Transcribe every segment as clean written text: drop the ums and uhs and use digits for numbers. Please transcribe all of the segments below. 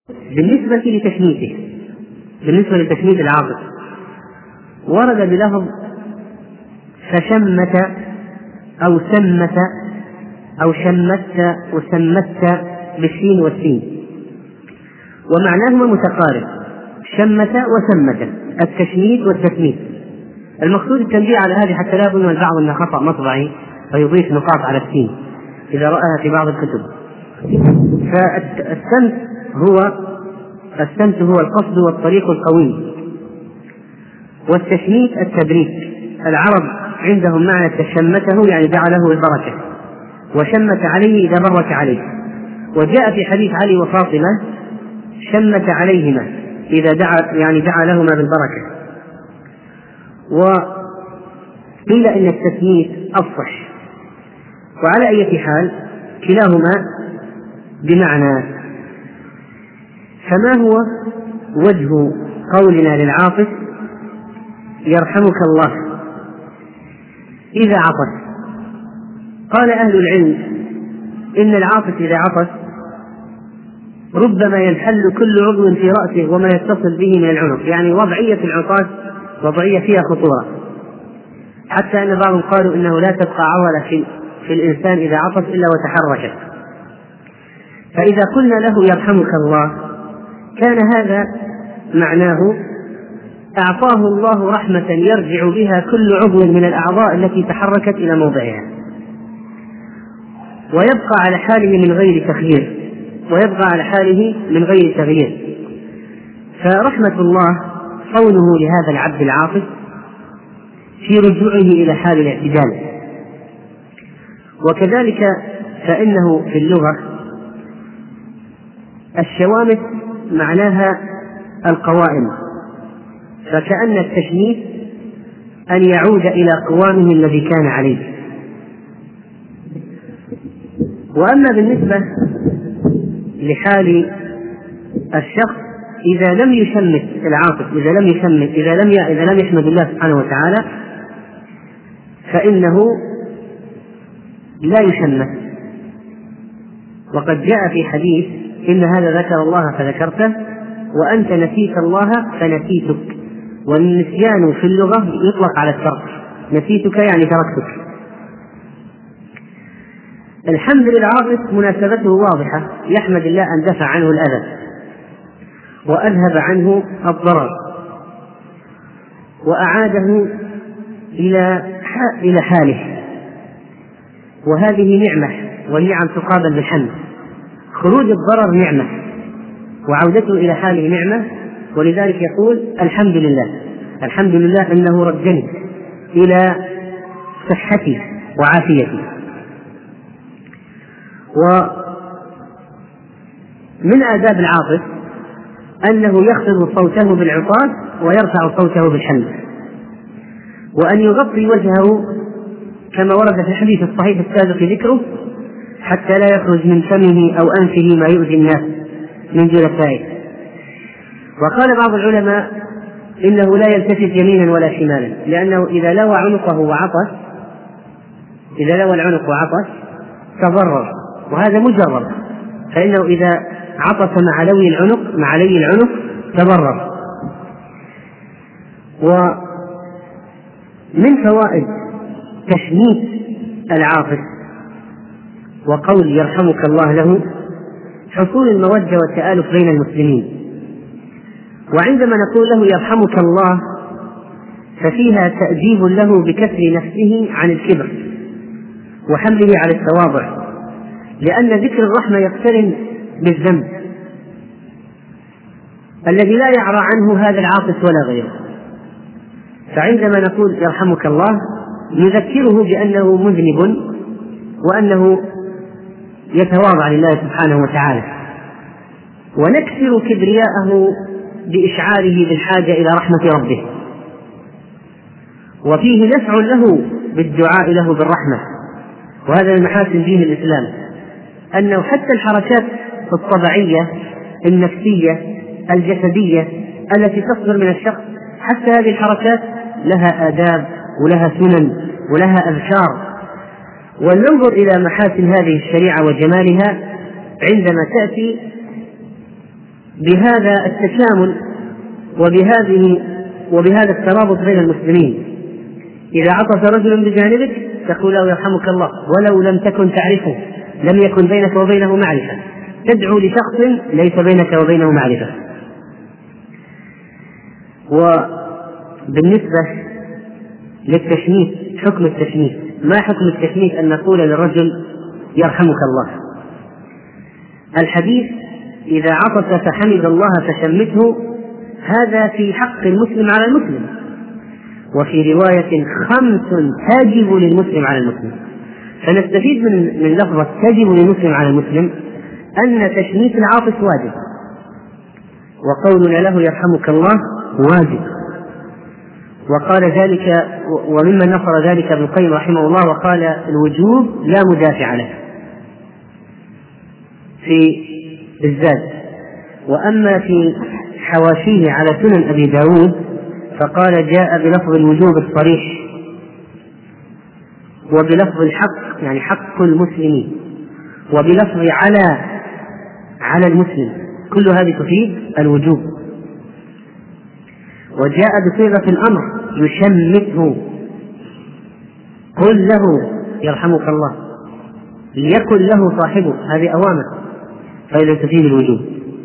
بالنسبة لتشميت العاطف ورد بلفظ فشمت أو سمت أو شمت وسمت بالشين والسين، ومعناهما متقارب، شمت وسمت، التشميت والتسميت. المقصود التنبيه على هذه حتى لا يظن البعض أنها خطأ مطبعي فيضيف نقاط على السين إذا رأها في بعض الكتب. فالسمت هو القصد والطريق القوي، والتشميت التبريك. العرب عندهم معنى تشمته يعني جعله البركة، وشمت عليه إذا برك عليه. وجاء في حديث علي وفاطمة شمت عليهما إذا دعا لهما بالبركة. وقيل إن التسميت أفصح. وعلى أي حال كلاهما بمعنى. فما هو وجه قولنا للعاطف يرحمك الله إذا عطس؟ قال أهل العلم إن العاطف إذا عطس ربما ينحل كل عضو في رأسه وما يتصل به من العنق، يعني وضعية العطاس وضعية فيها خطورة، حتى أن بعضهم قالوا إنه لا تبقى عضلة في الإنسان إذا عطس إلا وتحركت. فإذا قلنا له يرحمك الله كان هذا معناه أعطاه الله رحمة يرجع بها كل عضو من الأعضاء التي تحركت إلى موضعها، ويبقى على حاله من غير تغيير. فرحمة الله صونه لهذا العبد العاطف في رجوعه إلى حال الاعتدال. وكذلك فإنه في اللغة الشوامت معناها القوائم، فكأن التشميت أن يعود إلى قوامه الذي كان عليه. وأما بالنسبة لحال الشخص إذا لم يشمت العاطف، إذا لم يحمد الله سبحانه وتعالى فإنه لا يشمت. وقد جاء في حديث إن هذا ذكر الله فذكرته وأنت نسيت الله فنسيتك. والنسيان في اللغة يطلق على الترك، نسيتك يعني تركتك. الحمد للعاطف مناسبته واضحة، يحمد الله أن دفع عنه الأذى وأذهب عنه الضرر وأعاده إلى حاله، وهذه نعمة والنعم تقابل بالحمد. خروج الضرر نعمة وعودته إلى حاله نعمة، ولذلك يقول الحمد لله أنه ردني إلى صحتي وعافيتي. ومن آداب العاطف أنه يخفض صوته بالعطاس ويرفع صوته بالحمد، وأن يغطي وجهه كما ورد في الحديث الصحيح السابق ذكره حتى لا يخرج من فمه أو أنفه ما يؤذي الناس من جلسائه. وقال بعض العلماء إنه لا يلتفت يمينا ولا شمالا، لأنه إذا لوى عنقه وعطس تضرر، وهذا مجرد، فإنه إذا عطس مع لي العنق تضرر. ومن فوائد تشميت العاطف وقول يرحمك الله له حصول المودة والتآلف بين المسلمين. وعندما نقول له يرحمك الله ففيها تأديب له بكسر نفسه عن الكبر وحمله على التواضع، لأن ذكر الرحمة يقترن بالذنب الذي لا يعرى عنه هذا العاطف ولا غيره. فعندما نقول يرحمك الله نذكره بأنه مذنب وأنه يتواضع لله سبحانه وتعالى، ونكسر كبرياءه بإشعاره بالحاجة إلى رحمة ربه. وفيه نفع له بالدعاء له بالرحمة، وهذا من محاسن دين الإسلام أنه حتى الحركات الطبيعية النفسية الجسدية التي تصدر من الشخص، حتى هذه الحركات لها آداب ولها سنن ولها أذكار. ولننظر إلى محاسن هذه الشريعة وجمالها عندما تأتي بهذا التشامل وبهذا الترابط بين المسلمين. إذا عطس رجل بجانبك تقول له يرحمك الله، ولو لم تكن تعرفه، لم يكن بينك وبينه معرفة، تدعو لشخص ليس بينك وبينه معرفة. وبالنسبة للتشميت، حكم التشميت، ما حكم التشميت؟ أن نقول للرجل يرحمك الله. الحديث إذا عطس فحمد الله فشمته، هذا في حق المسلم على المسلم. وفي رواية 5 تجب للمسلم على المسلم. فنستفيد من لفظة تجب للمسلم على المسلم أن تشميت العاطس واجب، وقولنا له يرحمك الله واجب. وقال ذلك، وممن نصر ذلك ابن القيم رحمه الله، وقال الوجوب لا مدافع له في الزاد. وأما في حواشيه على سنن أبي داود فقال جاء بلفظ الوجوب الصريح وبلفظ الحق، يعني حق المسلمين، وبلفظ على المسلم، كل هذه تفيد الوجوب. وجاء بصيغة الأمر يشمته، قل له يرحمك الله، ليكن له صاحبه، هذه أوامر، فإذا تفيد الوجوب.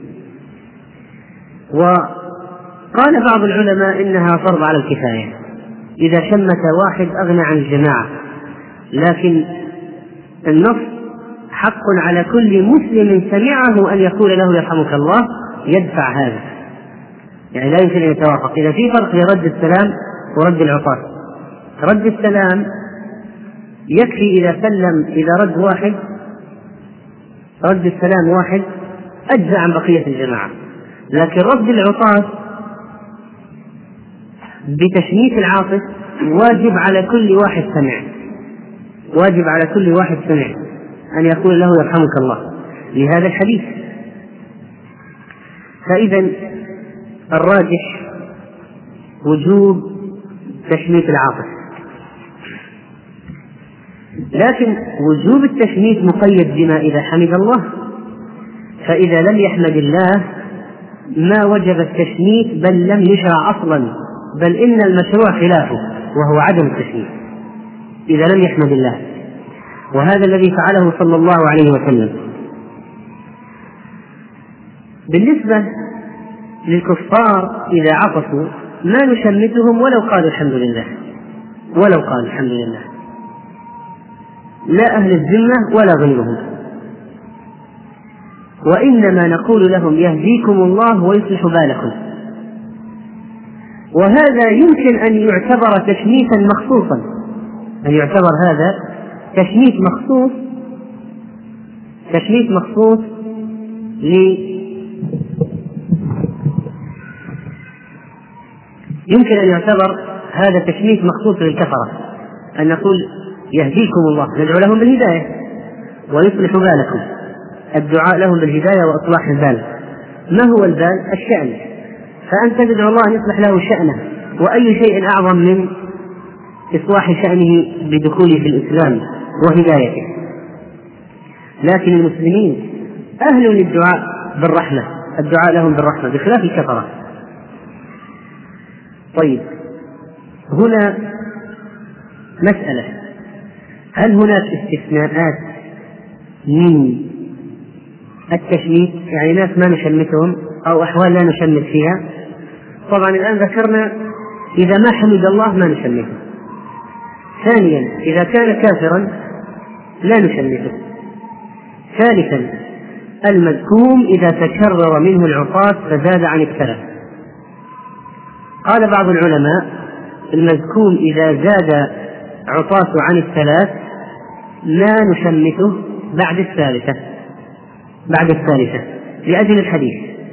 وقال بعض العلماء إنها فرض على الكفاية، إذا شمت واحد أغنى عن الجماعة، لكن النص حق على كل مسلم سمعه أن يقول له يرحمك الله، يدفع هذا، يعني لا يمكن أن يتوافق. إذا في فرق في رد السلام ورد العطاس، رد السلام يكفي إذا سلم، إذا رد السلام واحد أجزأ عن بقية الجماعة، لكن رد العطاس بتشميت العاطس واجب على كل واحد سمع، واجب على كل واحد سمع أن يقول له يرحمك الله لهذا الحديث. فإذا الراجح وجوب تشميت العاطس، لكن وجوب التشميت مقيد بما إذا حمد الله، فإذا لم يحمد الله ما وجب التشميت، بل لم يشرع أصلا، بل إن المشروع خلافه وهو عدم التشميت إذا لم يحمد الله، وهذا الذي فعله صلى الله عليه وسلم. بالنسبة للكفار إذا عطسوا ما نشمتهم ولو قالوا الحمد لله، ولو قالوا الحمد لله، لا أهل الذمة ولا غيرهم، وإنما نقول لهم يهديكم الله ويصلح بالكم. وهذا يمكن أن يعتبر تشميتا مخصوصا، أن يعتبر هذا تشميت مخصوص يمكن أن يعتبر هذا تشميت مخصوص للكفرة، أن نقول يهديكم الله، ندعو لهم بالهداية ويصلح بالكم، الدعاء لهم بالهداية وإصلاح البال. ما هو البال؟ الشأن، فأنت تدعو الله أن يصلح له شأنه، وأي شيء أعظم من إصلاح شأنه بدخوله في الإسلام وهدايته. لكن المسلمين أهل للدعاء بالرحمة، الدعاء لهم بالرحمة بخلاف الكفرة. طيب، هنا مسألة، هل هناك استثناءات من التشميت؟ يعني ناس ما نشمتهم أو أحوال لا نشمت فيها. طبعا الآن ذكرنا إذا ما حمد الله ما نشمته. ثانيا إذا كان كافرا لا نشمته. ثالثا المذكوم إذا تكرر منه العطاس فزاد عن الثلاث. قال بعض العلماء المذكوم إذا زاد عطاس عن الثلاث لا نشمته بعد الثالثة لأجل الحديث.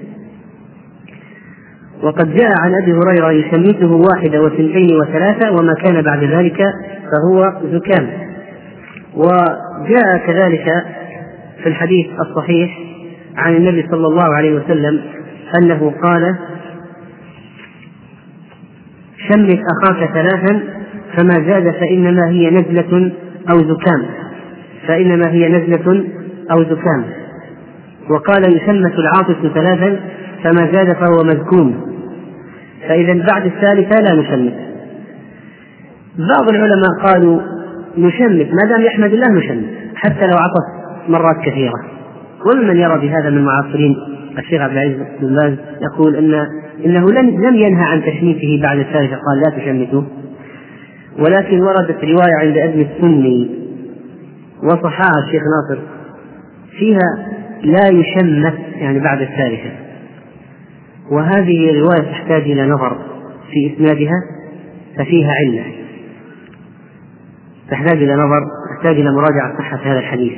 وقد جاء عن أبي هريرة يشمته 1 و2 و3 وما كان بعد ذلك فهو زكام. وجاء كذلك في الحديث الصحيح عن النبي صلى الله عليه وسلم أنه قال شمت أخاك 3 فما زاد فإنما هي نزلة أو زكام. وقال يشمت العاطس 3 فما زاد فهو مذكوم، فإذا بعد الثالثة لا نشمت. بعض العلماء قالوا نشمت ما دام يحمد الله نشمت حتى لو عطس مرات كثيرة، ومن يرى بهذا من المعاصرين الشيخ عبد العزيز بن باز يقول إنه لم ينهى عن تشميته بعد الثالثة، قال لا تشمتوا، ولكن وردت رواية عند ابن السني وصححها الشيخ ناصر فيها لا يشمت يعني بعد الثالثة، وهذه الرواية تحتاج إلى نظر في إسنادها ففيها علة، تحتاج إلى نظر، تحتاج إلى مراجعة صحة هذا الحديث.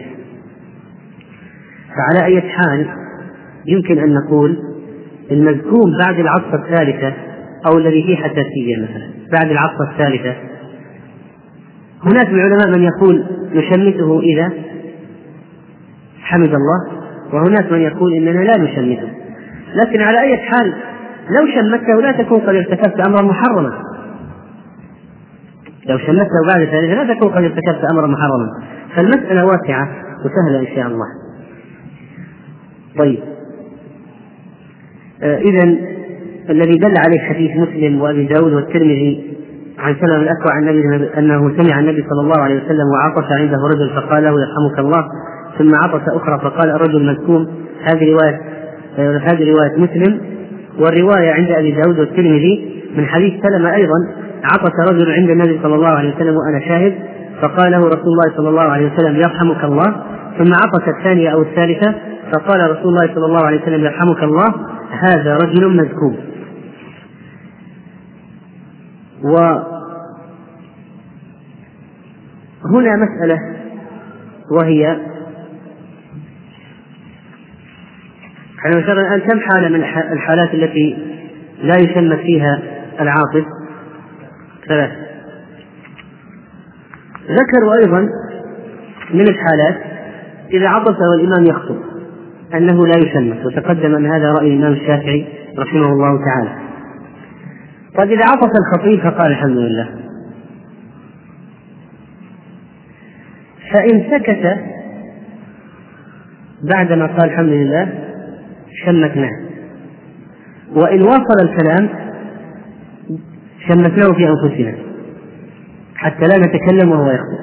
فعلى أي حال يمكن أن نقول المذكوم بعد العطفة الثالثة أو الذي فيه حساسية مثلا بعد العطفة الثالثة، هناك من العلماء من يقول نشمته إذا حمد الله، وهناك من يقول إننا لا نشمته، لكن على أي حال لو شمته لا تكون قد ارتكبت أمرا محرما، لو شمته بعد ذلك لا تكون قد ارتكبت أمرا محرما، فالمسألة واسعة وسهلة إن شاء الله. طيب إذن الذي دل عليه حديث مسلم وأبي داود والترمذي عن سلمة الأكوع عن النبي أنه سمع النبي صلى الله عليه وسلم وعطس عنده رجل فقال له يرحمك الله، ثم عطس أخرى فقال الرجل مذكوم، هذه رواية مسلم. والرواية عند أبي داود والترمذي من حديث سلمة أيضا عطس رجل عند النبي صلى الله عليه وسلم وأنا شاهد فقال له رسول الله صلى الله عليه وسلم يرحمك الله، ثم عطس الثانية أو الثالثة فقال رسول الله صلى الله عليه وسلم يرحمك الله، هذا رجل مذكوم. وهنا مسألة وهي احنا ذكرنا الآن كم حالة من الحالات التي لا يشمت فيها العاطف؟ 3. ذكروا أيضا من الحالات إذا عطس والإمام يخطب أنه لا يشمت، وتقدم أن هذا رأي الإمام الشافعي رحمه الله تعالى. طيب إذا عطس الخطيب فقال الحمد لله، فإن سكت بعدما قال الحمد لله شمتناه، وإن واصل الكلام شمتناه في أنفسنا حتى لا نتكلم وهو يخطب.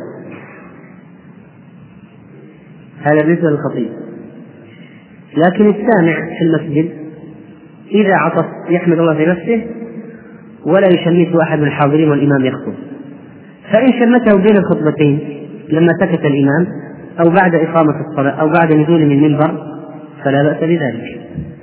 هذا بالنسبة للخطيب. لكن السامع في المسجد إذا عطس يحمد الله في نفسه ولا يشمته أحد من الحاضرين والإمام يخطب، فإن شمته بين الخطبتين لما سكت الإمام أو بعد إقامة الصلاة أو بعد نزول من المنبر فلا بأس بذلك.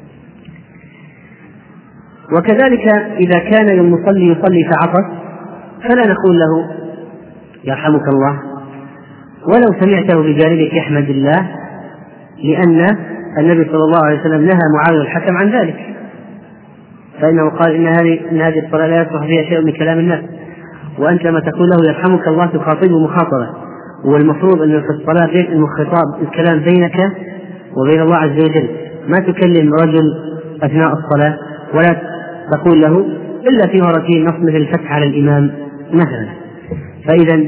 وكذلك إذا كان المصلي يصلي فعطس فلا نقول له يرحمك الله ولو سمعته بجانبك يحمد الله، لأن النبي صلى الله عليه وسلم نهى معاوية الحكم عن ذلك، فإنه قال إن هذه الصلاة لا يصلح فيها شيء من كلام الناس، وأنت لما تقول له يرحمك الله تخاطبه مخاطبة، والمفروض أن في الصلاة بين الخطاب الكلام بينك وبين الله عز وجل، ما تكلم رجل أثناء الصلاة ولا تقول له إلا في ورقين نص مثل الفتح على الإمام مثلا. فإذا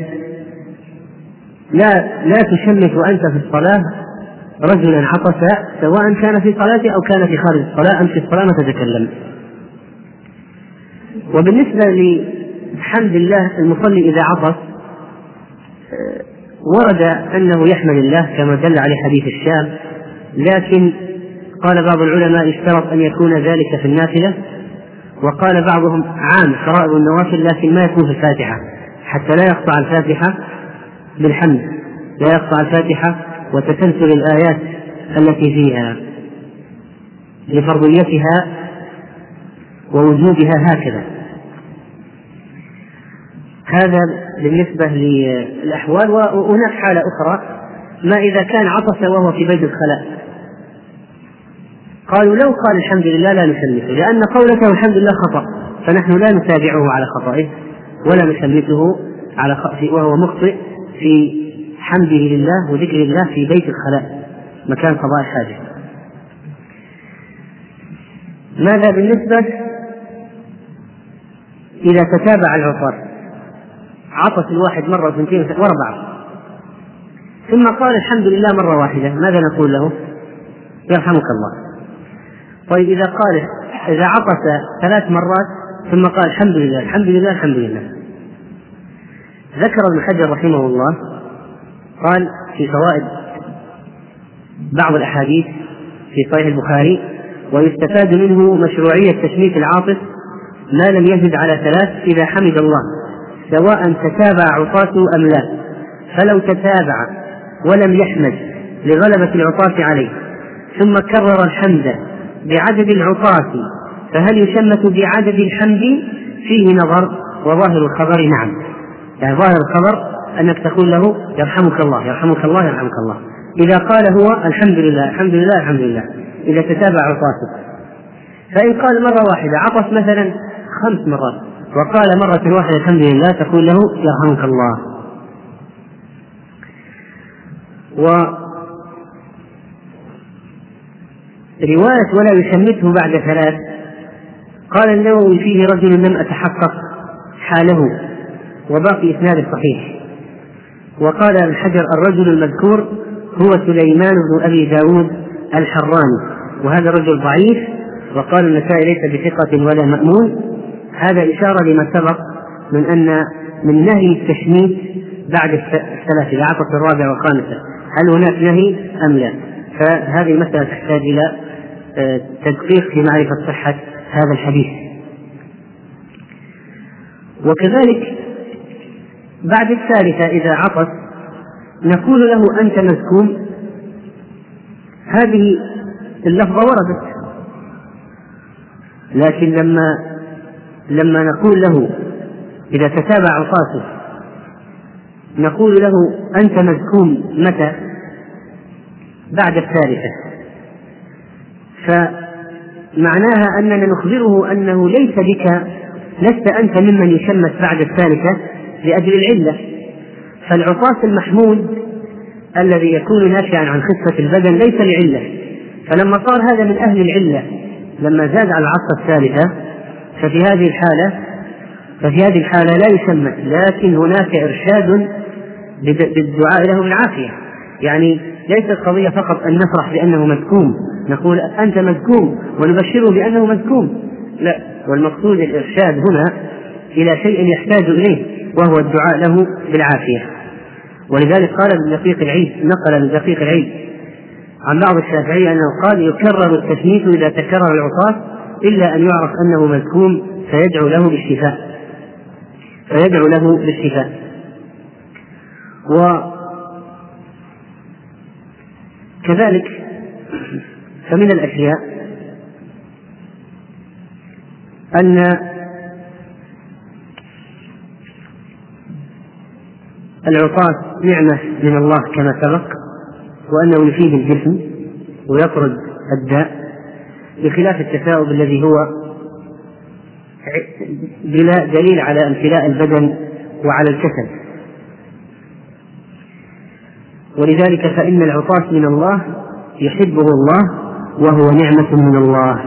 لا تشمت وأنت في الصلاة رجلا عطس سواء كان في صلاته أو كان في خارج الصلاة، أنت في الصلاة ما تتكلم. وبالنسبة لحمد الله المصلي إذا عطس ورد أنه يحمد الله كما دل عليه حديث الشاب، لكن قال بعض العلماء اشترط أن يكون ذلك في النافلة، وقال بعضهم عام فرائض النوافل لكن ما يكون في الفاتحة حتى لا يقطع الفاتحة بالحمد، لا يقطع الفاتحة وتسلسل الآيات التي فيها لفرضيتها ووجودها هكذا. هذا بالنسبة للأحوال. وهناك حالة أخرى ما إذا كان عطس وهو في بيت الخلاء، قالوا لو قال الحمد لله لا نشمته، لأن قولته الحمد لله خطأ، فنحن لا نتابعه على خطئه ولا نشمته على وهو مخطئ في حمده لله وذكر الله في بيت الخلاء مكان قضاء الحاجة. ماذا بالنسبة إذا تتابع العطس، عطس الواحد مرة وثنتين ورا بعض ثم قال الحمد لله مرة واحدة، ماذا نقول له؟ يرحمك الله. طيب إذا عطس 3 مرات ثم قال الحمد لله الحمد لله الحمد لله، ذكر ابن حجر رحمه الله قال في فوائد بعض الأحاديث في صحيح البخاري: ويستفاد منه مشروعية تشميت العاطس ما لم يزد على 3 إذا حمد الله، سواء تتابع عطاسه أم لا، فلو تتابع ولم يحمد لغلبة العطاس عليه ثم كرر الحمد بعدد العطاس فهل يشمت بعدد الحمد؟ فيه نظر، وظاهر الخبر نعم. يعني ظاهر الخبر أنك تقول له يرحمك الله يرحمك الله يرحمك الله إذا قال هو الحمد لله الحمد لله الحمد لله، إذا تتابع عطاسه. فإن قال مرة واحدة عطس مثلا 5 مرات وقال مرة واحدة الحمد لله، تقول له يرحمك الله. ورواية ولا يشمته بعد 3 قال النووي فيه رجل لم أتحقق حاله وباقي إسناد صحيح. وقال ابن حجر الرجل المذكور هو سليمان بن أبي داود الحراني، وهذا رجل ضعيف. وقال النسائي ليس بثقة ولا مأمون. هذا إشارة لما سبق من أن من نهي التشميت بعد 3 إذا عطس 4 و5، هل هناك نهي أم لا؟ فهذه مسألة تحتاج إلى تدقيق في معرفة صحة هذا الحديث. وكذلك بعد 3 إذا عطس نقول له أنت مزكوم، هذه اللفظة وردت، لكن لما نقول له إذا تتابع عطاسه نقول له أنت مزكوم متى؟ بعد 3. فمعناها أننا نخبره أنه لست أنت ممن يشمت بعد 3 لأجل العلة. فالعطاس المحمود الذي يكون ناشئا عن خفة البدن ليس لعلة، فلما صار هذا من أهل العلة لما زاد على العطسة 3 ففي هذه الحالة لا يشمت، لكن هناك إرشاد بالدعاء له بالعافية. يعني ليست قضية فقط أن نفرح بأنه مذكوم، نقول أنت مذكوم ونبشره بأنه مذكوم، لا، والمقصود الإرشاد هنا إلى شيء يحتاج إليه وهو الدعاء له بالعافية. ولذلك قال ابن دقيق العيد، نقل ابن دقيق العيد عن بعض الشافعية أنه قال يكرر التشميت إذا تكرر العطاس إلا أن يعرف أنه مذكوم فيدعو له بالشفاء. وكذلك فمن الأشياء أن العطاس نعمة من الله كما سبق، وأنه يفيد الجسم ويطرد الداء، بخلاف التثاؤب الذي هو بلا دليل على امتلاء البدن وعلى الكسل. ولذلك فإن العطاس من الله يحبه الله وهو نعمة من الله.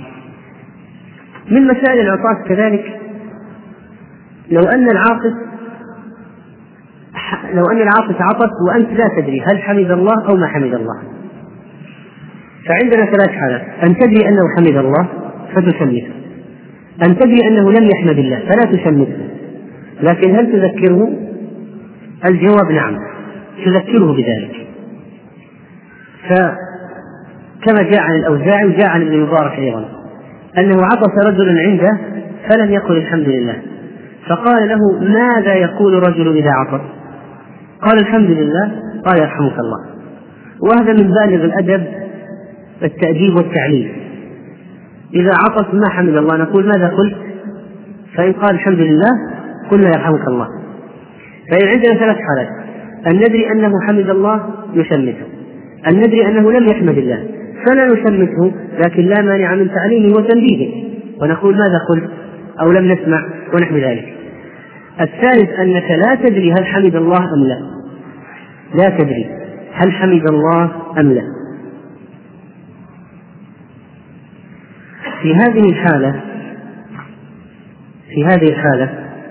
من مسائل العطاس كذلك لو أن العاطس عطس وأنت لا تدري هل حمد الله أو ما حمد الله. فعندنا 3 حالات: أن تدري أنه حمد الله فتشمته، أن تدري أنه لم يحمد الله فلا تشمته، لكن هل تذكره؟ الجواب نعم، تذكره بذلك. فكما جاء عن الأوزاعي وجاء عن ابن المبارك أيضا أنه عطس رجل عنده فلم يقل الحمد لله، فقال له ماذا يقول رجل إذا عطس؟ قال الحمد لله، قال يرحمك الله. وهذا من بالغ الأدب التأديب والتعليم. إذا عطس ما حمد الله نقول ماذا قلت؟ فإن قال الحمد لله قلنا يرحمك الله. فإن عندنا 3 حالات: أن ندري أنه حمد الله نشمته، أن ندري أنه لم يحمد الله فلا نشمته، لكن لا مانع من تعليمه وتنبيهه ونقول ماذا قلت أو لم نسمع ونحو ذلك. الثالث أنك لا تدري هل حمد الله أم لا تدري هل حمد الله أم لا. في هذه الحالة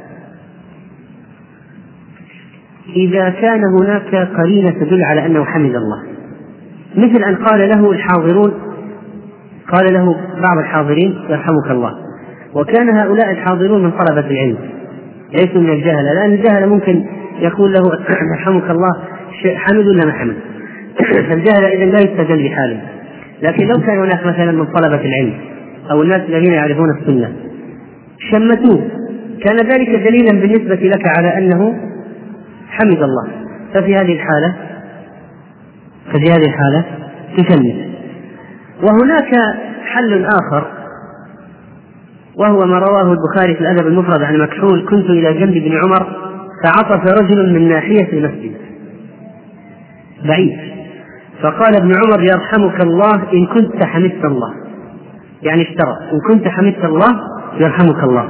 إذا كان هناك قرينة تدل على أنه حمد الله، مثل أن قال له الحاضرون قال له بعض الحاضرين يرحمك الله، وكان هؤلاء الحاضرون من طلبة العلم ليسوا من الجهلة، لأن الجهلة ممكن يقول له يرحمك الله حمد ولا ما حمد، فالجهلة إذن لا يستدل بحاله. لكن لو كان هناك مثلا من طلبة العلم أو الناس الذين يعرفون السنة شمتوه كان ذلك دليلا بالنسبة لك على أنه حمد الله، ففي هذه الحالة تشمت. وهناك حل آخر وهو ما رواه البخاري في الأدب المفرد عن مكحول: كنت إلى جنب ابن عمر فعطس رجل من ناحية المسجد بعيد، فقال ابن عمر يرحمك الله إن كنت حمدت الله، يعني اشترط إن كنت حمدت الله يرحمك الله.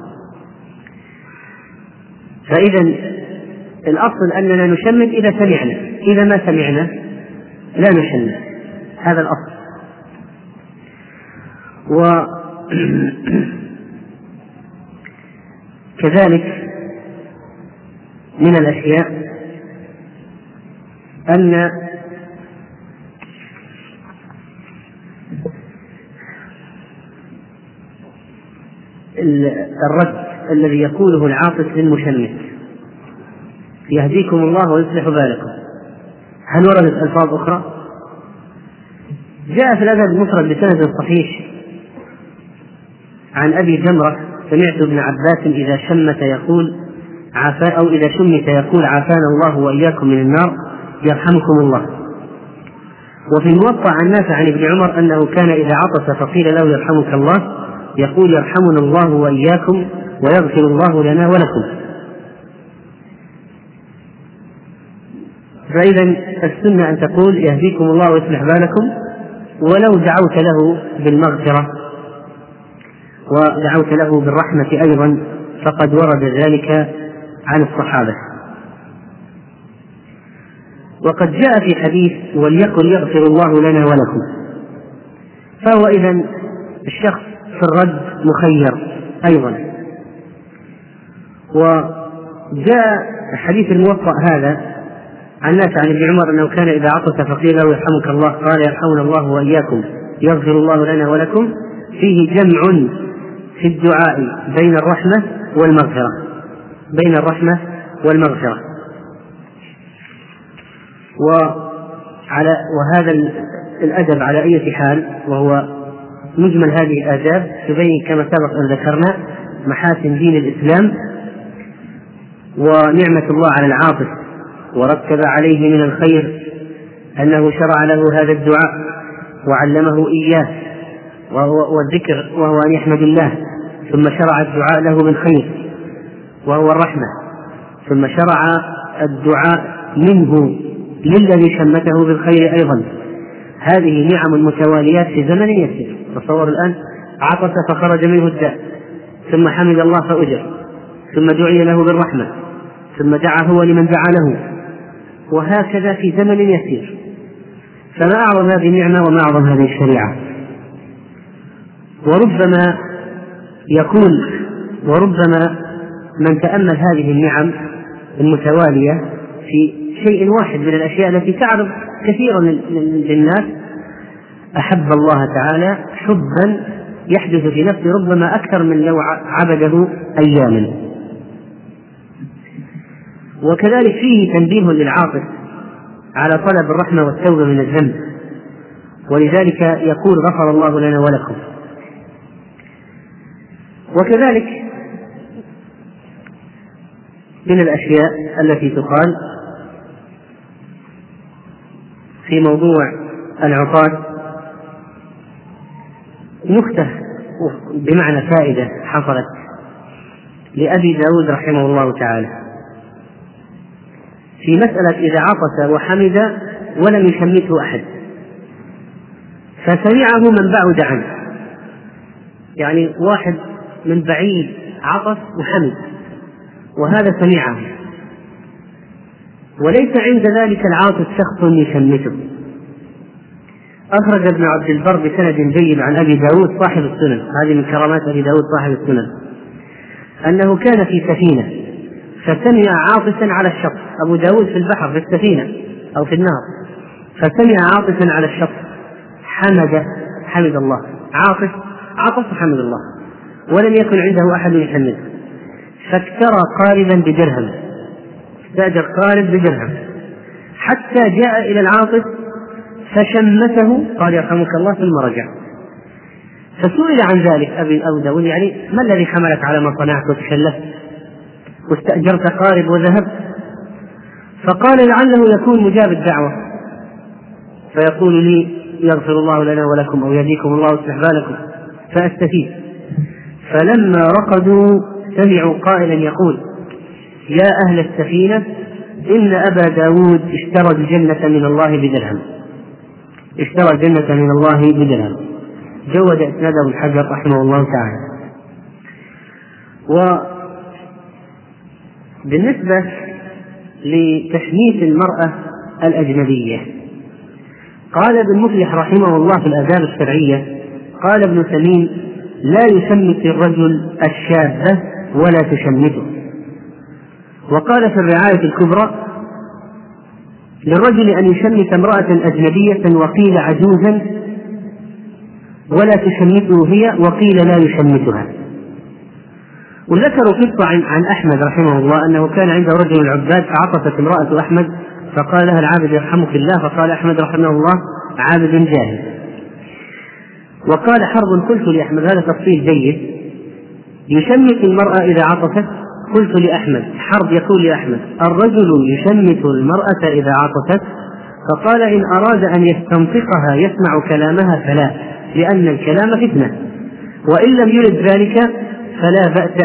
فإذا الأصل أننا نشمت إذا سمعنا، إذا ما سمعنا لا نشمت، هذا الأصل. وكذلك من الأشياء أن الرد الذي يقوله العاطس للمشمت: يهديكم الله ويصلح بالكم، هل وردت ألفاظ أخرى؟ جاء في الأدب المفرد بسند صحيح عن أبي جمرة: سمعت ابن عباس إذا شمت يقول أو إذا شمت يقول عافانا الله وإياكم من النار يرحمكم الله. وفي الموطأ عن نافع عن ابن عمر أنه كان إذا عطس فقيل له يرحمك الله يقول يرحمنا الله وإياكم ويغفر الله لنا ولكم. فإذا السنة أن تقول يهديكم الله ويصلح بالكم، ولو دعوت له بالمغفرة ودعوت له بالرحمة أيضا فقد ورد ذلك عن الصحابة. وقد جاء في حديث وليقل يغفر الله لنا ولكم، فهو إذن الشخص في الرد مخير أيضا. وجاء حديث الموطأ هذا عن نافع عن ابن عمر أنه كان إذا عطس فقيل له يرحمك الله قال يرحمنا الله وإياكم يغفر الله لنا ولكم، فيه جمع في الدعاء بين الرحمة والمغفرة. وهذا الأدب على أي حال، وهو مجمل هذه الآداب تبين كما سبق أن ذكرنا محاسن دين الإسلام ونعمة الله على العاطس، ورتب عليه من الخير أنه شرع له هذا الدعاء وعلمه إياه والذكر وهو أن يحمد الله، ثم شرع الدعاء له بالخير وهو الرحمة، ثم شرع الدعاء منه للذي شمته بالخير أيضا. هذه نعم متواليات في زمن يسير. تصور الآن عطس فخرج منه الداء، ثم حمد الله فأجر، ثم دعي له بالرحمة، ثم دعا هو لمن دعا له، وهكذا في زمن يسير. فما أعظم هذه النعمة وما أعظم هذه الشريعة. وربما من تأمل هذه النعم المتوالية في شيء واحد من الأشياء التي تعرض كثيرا للناس أحب الله تعالى حبا يحدث في نفسه ربما أكثر من لو عبده أياما. وكذلك فيه تنبيه للعاطف على طلب الرحمة والتوبة من الذنب، ولذلك يقول غفر الله لنا ولكم. وكذلك من الأشياء التي تقال في موضوع العطاس نكتة بمعنى فائدة حصلت لأبي داود رحمه الله تعالى في مسألة إذا عطس وحمد ولم يشمته أحد فسمعه من بعد عنه، يعني واحد من بعيد عطس وحمد وهذا سمعه، وليس عند ذلك العاطس شخص يشمته. أخرج ابن عبد البر بسند جيد عن أبي داود صاحب السنن، هذه من كرامات أبي داود صاحب السنن، أنه كان في سفينة فسمع عاطسا على الشط. أبو داود في البحر في السفينة أو في النهر، فسمع عاطسا على الشط حمد الله عطس حمد الله ولم يكن عنده أحد يحمده، فاكترى قاربا بدرهم، استأجر قارب بدرهم حتى جاء إلى العاطس فشمته قال يرحمك الله ثم رجع. فسئل عن ذلك أبو داود يعني ما الذي حملك على ما صنعت وتشلفت واستأجرت قارب وذهبت؟ فقال لعله يكون مجاب الدعوة فيقول لي يغفر الله لنا ولكم أو يهديكم الله ويصلح بالكم فأستفيد. فلما رقدوا سمعوا قائلا يقول يا أهل السفينة إن أبا داود اشترى الجنة من الله بدرهم، اشترى الجنة من الله بدرهم. جود إسناده الحجر رحمه الله تعالى. وبالنسبة لتشميت المرأة الأجنبية قال ابن مفلح رحمه الله في الآداب الشرعية قال ابن تميم لا يشمت الرجل الشابة ولا تشمته. وقال في الرعاية الكبرى للرجل أن يشمت امرأة أجنبية وقيل عجوزا ولا تشمته هي وقيل لا يشمتها. وذكروا قصة عن أحمد رحمه الله أنه كان عنده رجل العباد فعطست امرأة أحمد فقال لها العابد يرحمك الله، فقال أحمد رحمه الله عابد جاهل. وقال حرب قلت لأحمد هذا تفصيل جيد يشمت المرأة إذا عطست، قلت لأحمد حرب يقول لأحمد الرجل يشمت المرأة إذا عطست، فقال إن أراد أن يستنطقها يسمع كلامها فلا، لأن الكلام فتنة، وإن لم يرد ذلك فلا بأس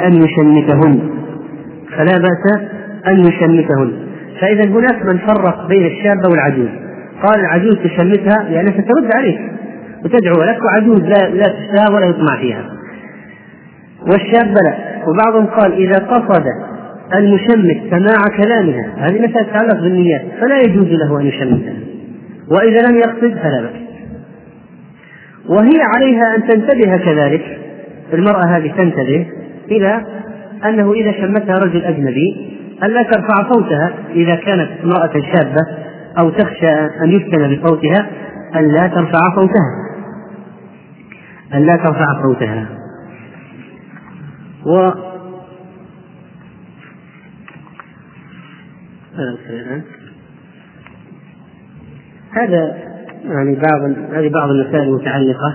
أن يشمتهن. فإذا هناك من فرق بين الشابة والعجوز، قال العجوز تشمتها لأنها سترد عليك وتدعو لك، وعجوز لا تشتهى ولا يطمع فيها، والشاب لا. وبعضهم قال إذا قصد المشمت سماع كلامها هذه مسألة تتعلق بالنيات فلا يجوز له أن يشمتها، وإذا لم يقصد فلا بأس. وهي عليها أن تنتبه كذلك، المرأة هذه تنتبه إلى أنه إذا شمتها رجل أجنبي ألا ترفع صوتها إذا كانت امرأة شابة أو تخشى أن يفتن بصوتها ألا ترفع صوتها. هذا يعني بعض المسائل المتعلقة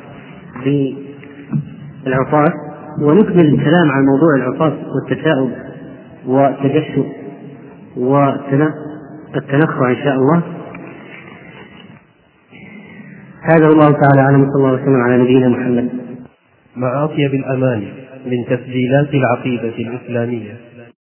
بالعطاس، ونكمل الكلام عن موضوع العطاس والتثاؤب والتجسس والتنخع إن شاء الله. هذا الله تعالى أعلم، صلى الله عليه وسلم على نبينا محمد. مع أطيب الأماني من تسجيلات العقيدة الإسلامية.